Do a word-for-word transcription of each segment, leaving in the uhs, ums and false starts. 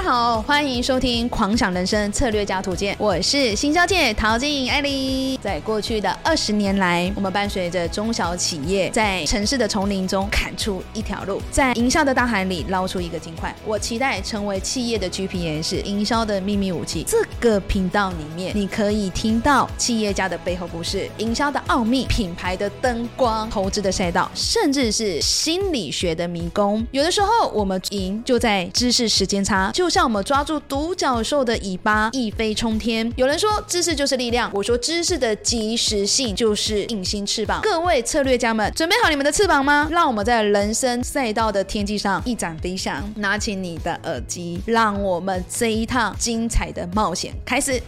好，欢迎收听狂想人生策略家图鉴，我是行销界陶晶艾莉。在过去的二十年来，我们伴随着中小企业在城市的丛林中砍出一条路，在营销的大海里捞出一个金块。我期待成为企业的 G P S， 营销的秘密武器。这个频道里面，你可以听到企业家的背后故事、营销的奥秘、品牌的灯光、投资的赛道，甚至是心理学的迷宫。有的时候我们赢就在知识时间差，就像我们抓住独角兽的尾巴一飞冲天。有人说知识就是力量，我说知识的及时性就是隐形翅膀。各位策略家们，准备好你们的翅膀吗？让我们在人生赛道的天际上一展飞翔。拿起你的耳机，让我们这一趟精彩的冒险开始。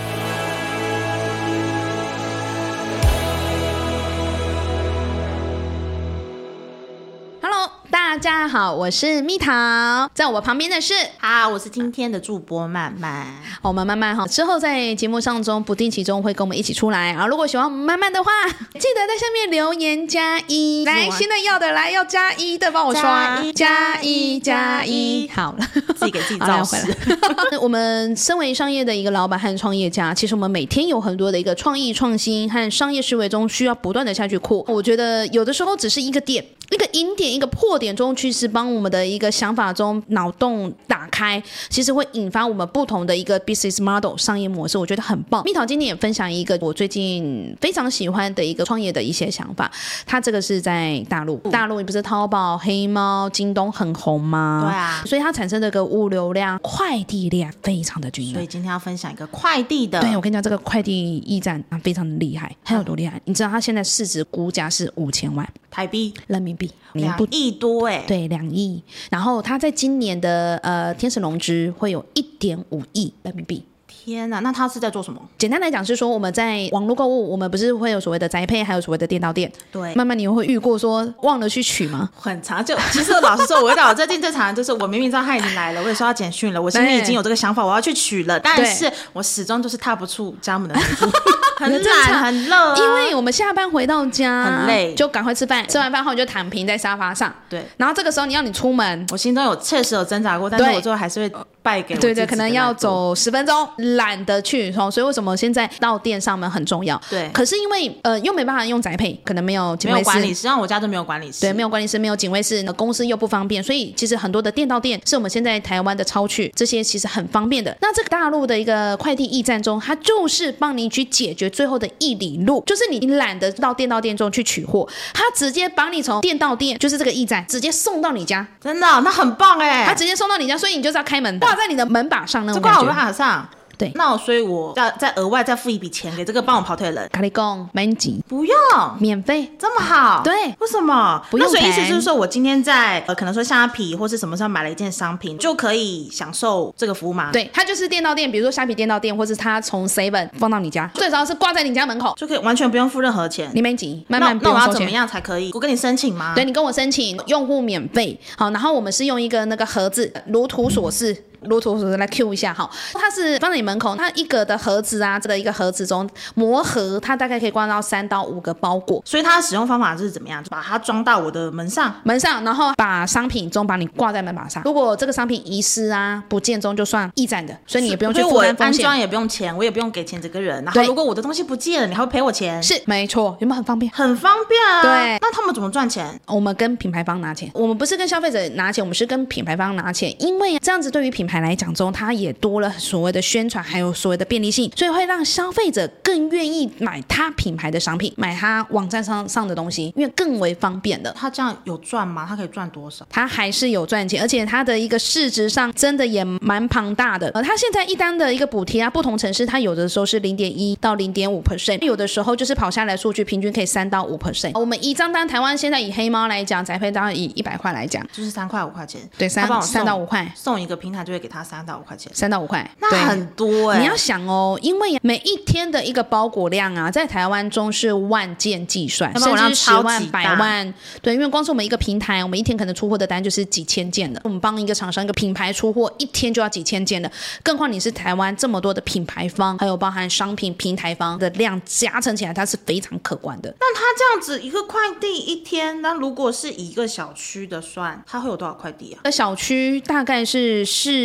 大家好，我是蜜桃，在我旁边的是好，我是今天的主播曼曼。 我们曼曼哈之后在节目上中不定期中会跟我们一起出来啊。如果喜欢我们曼曼的话，记得在下面留言加一。来，现在要的来要加一的帮我刷加一加一。好了， 自己给自己造势。 我们身为商业的一个老板和创业家，其实我们每天有很多的一个创意创新和商业思维中需要不断的下去扩。我觉得有的时候只是一个点。一个引点一个破点中去是帮我们的一个想法中脑洞打开，其实会引发我们不同的一个 business model 商业模式，我觉得很棒。蜜桃今天也分享一个我最近非常喜欢的一个创业的一些想法，它这个是在大陆，大陆不是淘宝、黑猫、京东很红吗？ 对啊， 所以它产生的一个物流量、快递量非常的均匀。 所以今天要分享一个快递的， 对，我跟你讲，这个快递驿站非常的厉害，它有多厉害？嗯、你知道它现在市值估价是五千万台币、 人民币。 两亿多哎、欸， 对，两亿。然后他在今年的呃天使融资会有一点五亿人民币。 天哪，那他是在做什么？ 简单来讲是说，我们在网络购物，我们不是会有所谓的宅配，还有所谓的店到店。 对， 慢慢你会遇过说忘了去取吗？ 很常就，其实老实说，我遇到我最近最常就是我明明知道他已经来了，我也收到简讯了，我心里已经有这个想法，我要去取了，但是我始终就是踏不出家门的那一步。很懒很热、啊， 因为我们下班回到家很累， 就赶快吃饭，吃完饭后你就躺平在沙发上。 对， 然后这个时候你要你出门， 我心中有确实有挣扎过，但是我最后还是会败给我自己的。 对对，可能要走十分钟，懒得去，所以为什么现在到店上门很重要？ 对， 可是因为呃又没办法用宅配，可能没有警卫室， 没有管理室，像我家都没有管理室， 对，没有管理室，没有警卫室，公司又不方便，所以其实很多的店到店是我们现在台湾的超去，这些其实很方便的。那这个大陆的一个快递驿站中，它就是帮你去解决最后的一里。路就是你懒得到店到店中去取货，他直接帮你从店到店，就是这个驿站直接送到你家， 真的、哦、那很棒哎！ 他直接送到你家，所以你就是要开门挂在你的门把上那种感觉。 就挂我门把上。 对， 那我所以我再再额外再付一笔钱给这个帮我跑腿的人。 卡利贡免钱， 不用免费， 这么好？ 对， 为什么？ 不用钱。 那所以意思就是说我今天在呃可能说虾皮或是什么上买了一件商品，就可以享受这个服务吗？ 对，它就是店到店，比如说虾皮店到店，或是它从 seven 放到你家，最主要是挂在你家门口， 就可以完全不用付任何钱。 你没急，慢慢不用收钱。 那我要怎么样才可以？我跟你申请吗？ 对，你跟我申请，用户免费。好，然后我们是用一个那个盒子，如图所示。如图所示来 Q 一下哈，它是放在你门口，它一个的盒子啊，这个一个盒子中魔盒，它大概可以挂到三到五个包裹， 所以它的使用方法是怎么样？就把它装到我的门上， 门上，然后把商品中把你挂在门把上。如果这个商品遗失啊、不见踪，就算驿站的，所以你也不用去负担风险。 所以我安装也不用钱，我也不用给钱这个人。然后如果我的东西不见了，你还会赔我钱？ 是，没错，有没有很方便？ 很方便啊。 对， 那他们怎么赚钱？ 我们跟品牌方拿钱，我们不是跟消费者拿钱，我们是跟品牌方拿钱，因为这样子对于品牌来讲中，它也多了所谓的宣传，还有所谓的便利性，所以会让消费者更愿意买他品牌的商品，买他网站上上的东西，因为更为方便的。 他这样有赚吗？他可以赚多少？ 他还是有赚钱，而且他的一个市值上真的也蛮庞大的。呃，他现在一单的一个补贴啊，不同城市它有的时候是零点一到零点五 percent， 有的时候就是跑下来数据平均可以三到五 percent。我们一张单，台湾现在以黑猫来讲，宅配单以一百块来讲， 就是三块五块钱。 对，三三到五块， 送一个平台就会给他三到五块钱， 三到五块。 那很多哎、欸！ 你要想哦，因为每一天的一个包裹量啊，在台湾中是万件计算，甚至十万、百万。对，因为光是我们一个平台，我们一天可能出货的单就是几千件的。我们帮一个厂商、一个品牌出货，一天就要几千件的，更何况你是台湾这么多的品牌方，还有包含商品平台方的量加成起来，它是非常可观的。 那它这样子一个快递一天，那如果是以一个小区的算，它会有多少快递啊？ 小区大概是市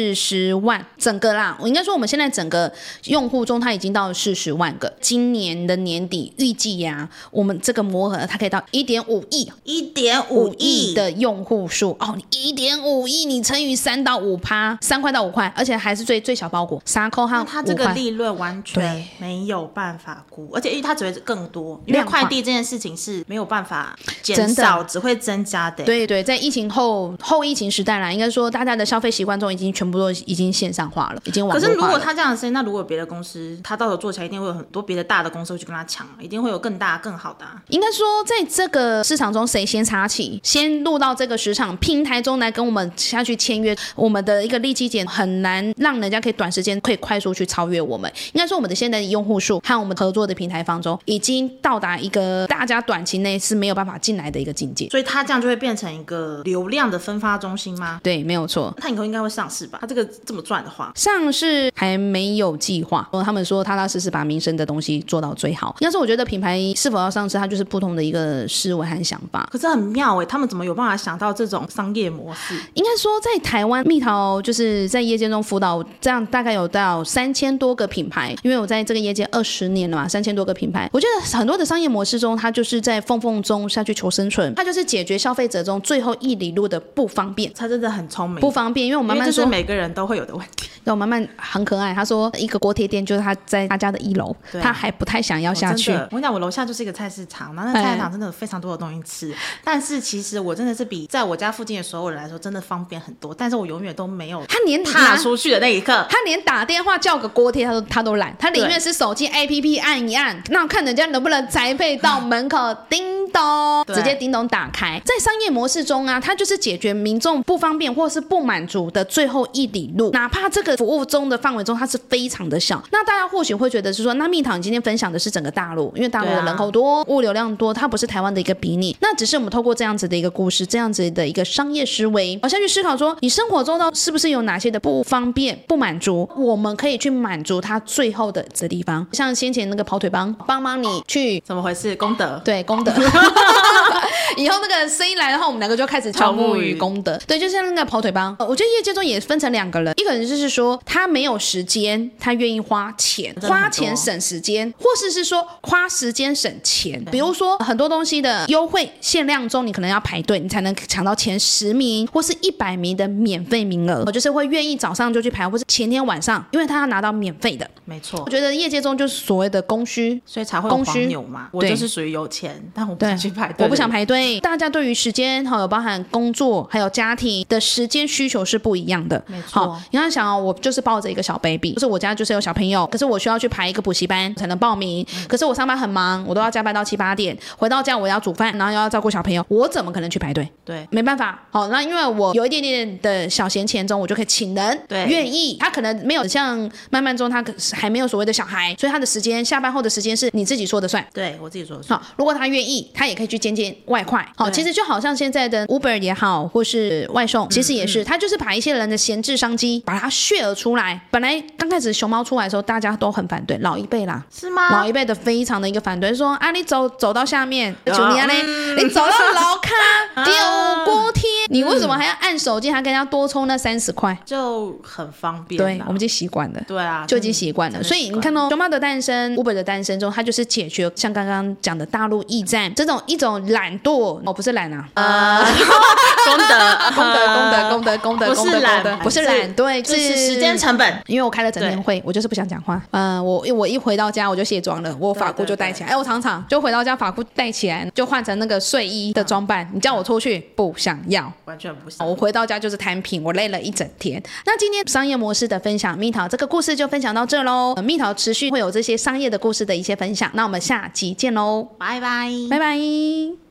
四十万，整个啦，我应该说我们现在整个用户中，它已经到了四十万个。今年的年底预计呀，我们这个魔盒它可以到一点五亿， 一点五亿的用户数哦，你一点五亿，你乘以三到五趴，三块到五块，而且还是最最小包裹，三块和五块， 它这个利润完全没有办法估，而且因为它只会更多，因为快递这件事情是没有办法减少，只会增加的。 对对，在疫情后后疫情时代啦，应该说大家的消费习惯中已经全部都已经线上化了，已经网络化了。 可是如果他这样的生意，那如果别的公司他到时候做起来，一定会有很多别的大的公司会去跟他抢，一定会有更大更好的、啊。 应该说，在这个市场中，谁先插起，先入到这个市场平台中来跟我们下去签约，我们的一个利基点很难让人家可以短时间可以快速去超越我们。应该说，我们的现在的用户数和我们合作的平台方中，已经到达一个大家短期内是没有办法进来的一个境界。 所以它这样就会变成一个流量的分发中心吗？ 对，没有错。 它以后应该会上市吧？它这个这么赚的话， 上市还没有计划。他们说踏踏实实把民生的东西做到最好。应该是我觉得品牌是否要上市，它就是不同的一个思维和想法。 可是很妙哎，他们怎么有办法想到这种商业模式？ 应该说，在台湾蜜桃就是在业界中辅导，这样大概有到三千多个品牌。因为我在这个业界二十年了嘛，三千多个品牌。我觉得很多的商业模式中，它就是在缝缝中下去求生存，它就是解决消费者中最后一里路的不方便。 它真的很聪明， 不方便，因为我慢慢说， 因为这是每个人都会有的问题。 对，我慢慢很可爱。他说一个锅贴店就是他在他家的一楼，他还不太想要下去。 我跟你讲，我楼下就是一个菜市场，然后那菜市场真的有非常多的东西吃。但是其实我真的是比在我家附近的所有人来说，真的方便很多。但是我永远都没有他连踏出去的那一刻， 他连打电话叫个锅贴，他都他都懒。他宁愿是手机 A P P 按一按，那看人家能不能宅配到门口，叮咚，直接叮咚打开。在商业模式中啊，它就是解决民众不方便或是不满足的最后一里路，哪怕这个服务中的范围中它是非常的小。那大家或许会觉得是说，那蜜桃你今天分享的是整个大陆，因为大陆的人口多、啊、物流量多，它不是台湾的一个比拟。那只是我们透过这样子的一个故事，这样子的一个商业思维，我下去思考说，你生活中到是不是有哪些的不方便、不满足，我们可以去满足它最后的这地方。像先前那个跑腿帮，帮忙你去怎么回事？功德， 对，功德。以后那个声音来的话，我们两个就开始敲木鱼功德。对，就像那个跑腿帮，我觉得业界中也分成两个人，一个人就是说他没有时间，他愿意花钱，花钱省时间，或是是说花时间省钱。比如说很多东西的优惠限量中，你可能要排队，你才能抢到前十名或是一百名的免费名额。我就是会愿意早上就去排，或是前天晚上，因为他要拿到免费的。 没错， 我觉得业界中就是所谓的供需， 所以才会有黄牛嘛。我就是属于有钱，但我不想去排队， 我不想排队。大家对于时间还有包含工作还有家庭的时间需求是不一样的。 没错， 你要想哦，我就是抱着一个小 baby， 就是我家就是有小朋友，可是我需要去排一个补习班才能报名、嗯、可是我上班很忙，我都要加班到七八点，回到家我要煮饭，然后又要照顾小朋友，我怎么可能去排队？ 对， 没办法。好，那因为我有一点点的小闲钱中，我就可以请人， 对， 愿意。他可能没有像慢慢中他还没有所谓的小孩，所以他的时间下班后的时间是你自己说的算。 对，我自己说的算。 好，如果他愿意，他也可以去兼兼外快。好，其实就好像现在的 Uber 也好，或是外送，其实也是，他、嗯嗯、就是把一些人的闲置商机，把它share出来。本来刚开始熊猫出来的时候，大家都很反对，老一辈啦， 是吗？ 老一辈的非常的一个反对，说啊，你走走到下面，就你啊嘞，你走到楼卡丢锅贴，你为什么还要按手机，还跟人家多抽那三十块？ 就很方便。 对，我们就习惯了。 对啊， 就已经习惯了。所以你看到、哦、熊猫的诞生 ，Uber 的诞生中，它就是解决像刚刚讲的大陆驿站这种一种懒惰哦，不是懒啊，呃， 功德， 功德，功德，功德，功德， 不是懒， 不是懒，对， 就是时间成本。 因为我开了整天会，我就是不想讲话。嗯、呃，我我一回到家我就卸妆了，我发箍就戴起来。哎，我常常就回到家发箍戴起来，就换成那个睡衣的装扮。你叫我出去，不想要， 完全不想。 我回到家就是摊平，我累了一整天。那今天商业模式的分享，蜜桃这个故事就分享到这喽。呃、蜜桃持续会有这些商业的故事的一些分享，那我们下集见喽， 拜拜， 拜拜。